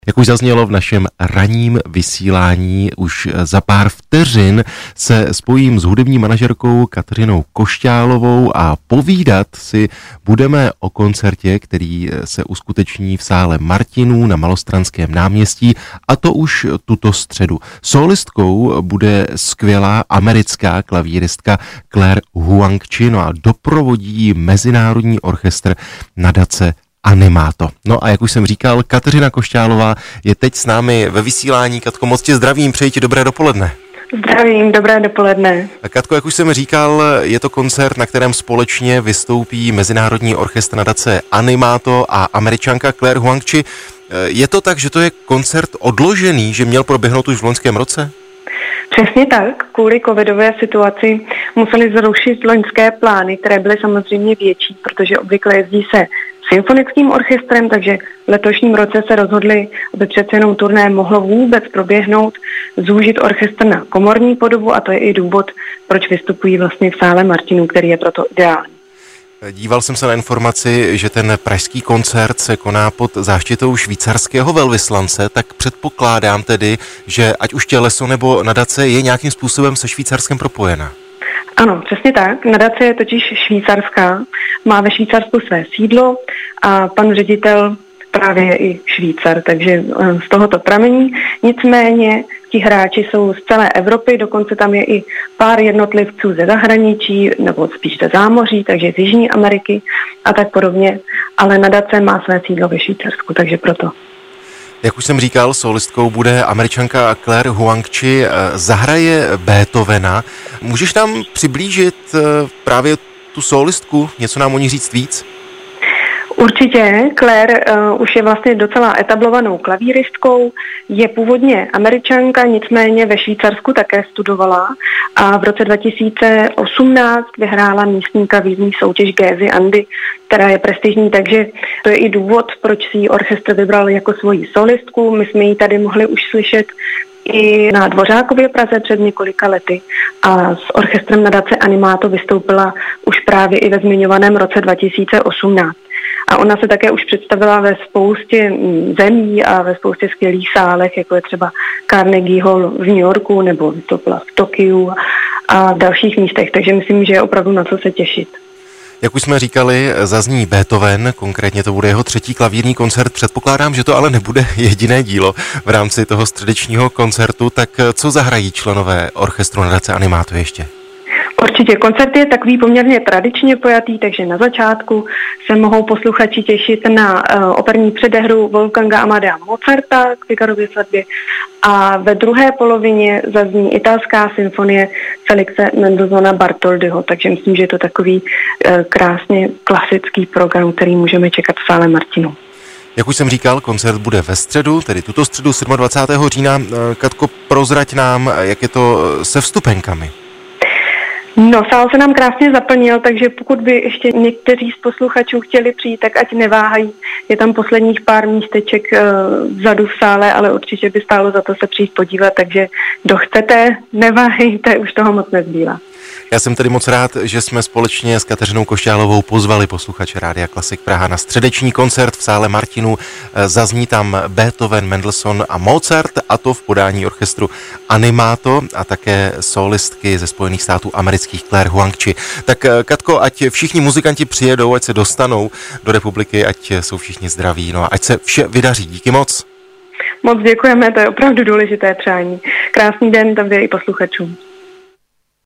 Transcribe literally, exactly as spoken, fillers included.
Jak už zaznělo v našem ranním vysílání, už za pár vteřin se spojím s hudební manažerkou Kateřinou Košťálovou a povídat si budeme o koncertě, který se uskuteční v sále Martinů na Malostranském náměstí, a to už tuto středu. Solistkou bude skvělá americká klavíristka Claire Huang-Chi, no a doprovodí mezinárodní orchestr nadace Animato. No a jak už jsem říkal, Kateřina Košťálová je teď s námi ve vysílání. Katko, moc tě zdravím, přeji ti dobré dopoledne. Zdravím, dobré dopoledne. A Katko, jak už jsem říkal, je to koncert, na kterém společně vystoupí Mezinárodní orchestr nadace Animato a Američanka Claire Huang-Chi. Je to tak, že to je koncert odložený, že měl proběhnout už v loňském roce? Přesně tak, kvůli covidové situaci museli zrušit loňské plány, které byly samozřejmě větší, protože obvykle jezdí se symfonickým orchestrem, takže v letošním roce se rozhodli, aby přece jenom turné mohlo vůbec proběhnout, zúžit orchestr na komorní podobu, a to je i důvod, proč vystupují vlastně v sále Martinů, který je proto ideální. Díval jsem se na informaci, že ten pražský koncert se koná pod záštitou švýcarského velvyslance, tak předpokládám tedy, že ať už těleso nebo nadace je nějakým způsobem se Švýcarskem propojena. Ano, přesně tak. Nadace je totiž švýcarská, má ve Švýcarsku své sídlo a pan ředitel právě je i Švýcar, takže z tohoto pramení. Nicméně ti hráči jsou z celé Evropy, dokonce tam je i pár jednotlivců ze zahraničí, nebo spíš ze zámoří, takže z Jižní Ameriky a tak podobně, ale nadace má své sídlo ve Švýcarsku, takže proto. Jak už jsem říkal, solistkou bude Američanka Claire Huang-Chi, zahraje Beethovena. Můžeš nám přiblížit právě tu solistku, něco nám o ní říct víc? Určitě. Claire uh, už je vlastně docela etablovanou klavíristkou, je původně Američanka, nicméně ve Švýcarsku také studovala a v roce dva tisíce osmnáct vyhrála místní klavírní soutěž Gézy Andy, která je prestižní, takže to je i důvod, proč si ji orchestr vybral jako svoji solistku. My jsme ji tady mohli už slyšet i na Dvořákově Praze před několika lety a s orchestrem nadace Animato vystoupila už právě i ve zmiňovaném roce dva tisíce osmnáct. A ona se také už představila ve spoustě zemí a ve spoustě skvělých sálech, jako je třeba Carnegie Hall v New Yorku nebo vystoupila v Tokiu a v dalších místech, takže myslím, že je opravdu na co se těšit. Jak už jsme říkali, zazní Beethoven, konkrétně to bude jeho třetí klavírní koncert. Předpokládám, že to ale nebude jediné dílo v rámci toho středečního koncertu, tak co zahrají členové orchestru nadace Animato ještě? Určitě, koncert je takový poměrně tradičně pojatý, takže na začátku se mohou posluchači těšit na uh, operní předehru Wolfganga Amadea Mozarta k Figarově svatbě a ve druhé polovině zazní italská symfonie Felixe Mendelssohna Bartholdyho, takže myslím, že je to takový uh, krásně klasický program, který můžeme čekat v sále Martinů. Jak už jsem říkal, koncert bude ve středu, tedy tuto středu dvacátého sedmého října. Katko, prozrať nám, jak je to se vstupenkami. No, sál se nám krásně zaplnil, takže pokud by ještě někteří z posluchačů chtěli přijít, tak ať neváhají. Je tam posledních pár místeček uh, vzadu v sále, ale určitě by stálo za to se přijít podívat, takže kdo chcete, neváhejte, už toho moc nezbývá. Já jsem tedy moc rád, že jsme společně s Kateřinou Košťálovou pozvali posluchače Rádia Klasik Praha na středeční koncert v sále Martinů. Zazní tam Beethoven, Mendelssohn a Mozart, a to v podání orchestru Animato a také solistky ze Spojených států amerických Claire Huang-Chi. Tak Katko, ať všichni muzikanti přijedou, ať se dostanou do republiky, ať jsou všichni zdraví, no a ať se vše vydaří. Díky moc. Moc děkujeme, to je opravdu důležité přání. Krásný den tobě i posluchačům.